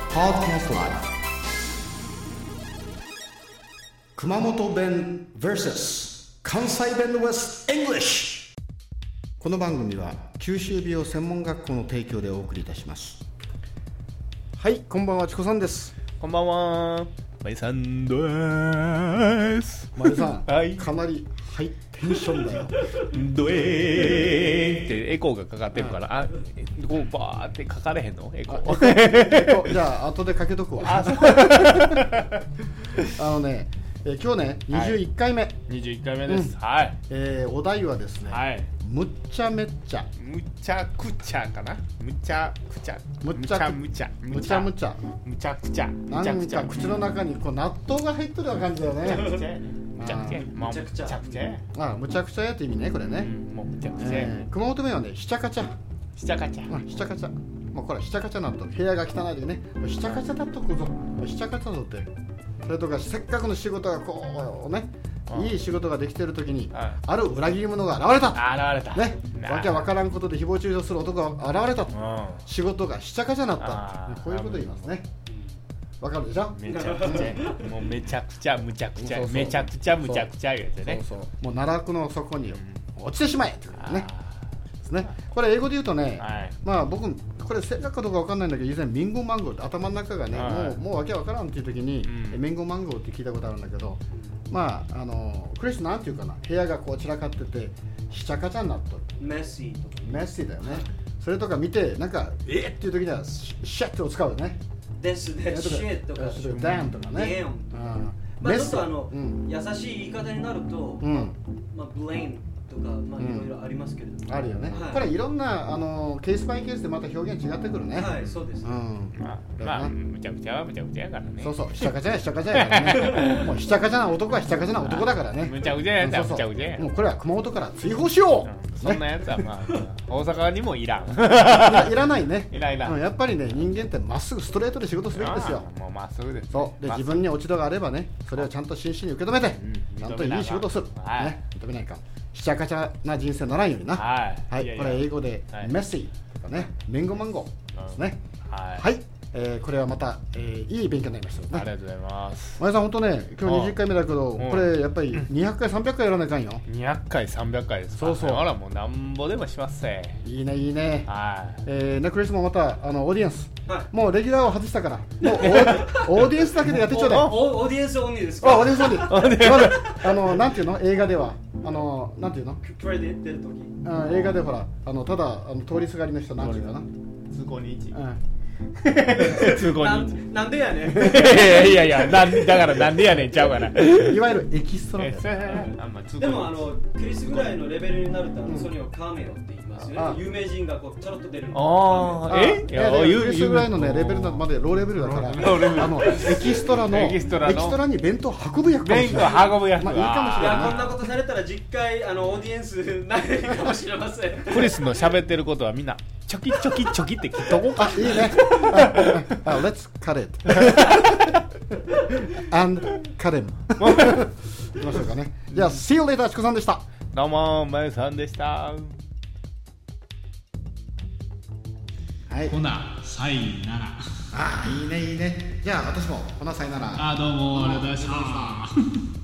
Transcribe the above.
Podcast Live 熊本弁 vs 関西弁 West English。 この番組は九州美容専門学校の提供でお送りいたします。はい、こんばんは、チコさんです。 こんばんは、まいさんです。 まゆさん、 はい、 かなりハイテンションだよ。 ドエーってエコーがかかってるから、こうバーってかかれへんのエコー。 じゃあ後でかけとくわ。今日ね、21回目、 21回目です。はい。 お題はですね、 はい、 むっちゃめっちゃ、 むちゃくちゃかな、むちゃくちゃ、 むちゃむちゃ、むちゃむちゃ、 むちゃくちゃ、 なんか口の中にこう納豆が入ってるような感じだよね。 むちゃくちゃ、むちゃくちゃ、 むちゃくちゃやって意味ね、これね。 もうむちゃくちゃ。 熊本弁はね、しちゃかちゃ、 しちゃかちゃ、 しちゃかちゃ。もうこれしちゃかちゃなと部屋が汚いでね、しちゃかちゃだっとくぞ、しちゃかちゃぞって。それとかせっかくの仕事がこうね、いい仕事ができている時に、ある裏切り者が現れたね、わけわからんことで誹謗中傷する男が現れたと、仕事がしちゃかちゃなった、こういうこと言いますね。わかるでしょ。 めちゃくちゃ、もうめちゃくちゃむちゃくちゃ、めちゃくちゃむちゃくちゃ言うてね、 そうもう奈落の底に落ちてしまえってね。これ英語で言うとね、まあ僕これ正確かどうかわかんないんだけど、以前ミンゴマンゴーって頭の中がね、もうわけわからんっていう時に、ミンゴマンゴーって聞いたことあるんだけど、まあクリスなんていうかな、部屋がこう散らかっててしちゃかちゃになっとる、メッシーとか、メッシーだよね。それとか見てなんかっていう時にはシャットを使うよね。 ですシェットとかダンとかね。 まあちょっと優しい言い方になると、まあブレインとか、まあいろいろありますけれども、 あるよね。これいろんなケースバイケースでまた表現違ってくるね。 はい、そうです。 まあむちゃくちゃはむちゃくちゃやからね。 そうそう、しちゃかちゃやしちゃかちゃやからね。もうしちゃかちゃな男はしちゃかちゃな男だからね。 むちゃくちゃやったらむちゃくちゃや。 もうこれは熊本から追放しよう。 そんなやつはまあ大阪にもいらん。 いらないね。 いらんいらん。 やっぱりね、人間ってまっすぐストレートで仕事すべきですよ。 もうまっすぐです。 そうで、自分に落ち度があればね、それをちゃんと真摯に受け止めて、ちゃんといい仕事をする。ね、認めないか。しちゃかちゃな人生ならんようにな。はい、これ英語でメッシーとかね、ミンゴマンゴですね。はい、これはまたいい勉強になりましたね。 ありがとうございます。 前さん、本当ね、今日20回目だけど、これやっぱり200回300回やらないかんよ。 200回300回ですか。そうそう。あら、もうなんぼでもしますせ。 いいねいいね。 はい。 ね、クリスもまたオーディエンス、もうレギュラーを外したから、もうオーディエンスだけでやってちょうだい。 オーディエンスオンリーですか。 オーディエンスオンリー。なんていうの、映画ではなんていうの、 プレイで出るとき、 映画でほらただ通りすがりの人なんていうかな、 通行人一。 なんでやねん。 いやだからなんでやねんちゃうかな。 いわゆるエキストラ。 でもクリスぐらいのレベルになるとそれをカメオって言いますよね。有名人がこうちょろっと出るの。 クリスぐらいのねレベルまでローレベルだから、エキストラに弁当運ぶ役かもしれない。 弁当運ぶ役。 まあいいかもしれない。 こんなことされたら実回オーディエンスないかもしれません。 クリスの喋ってることはみんなチョキチョキチョキって切っとこうか。 いいね。Let's cut it and cut him。いきましょうかね。じゃあ See you later、チコさんでした。 どうも、まゆさんでした。 はい。 ほな、さいなら。 いいねいいね。じゃあ私もほなさいなら。 どうもありがとうございました。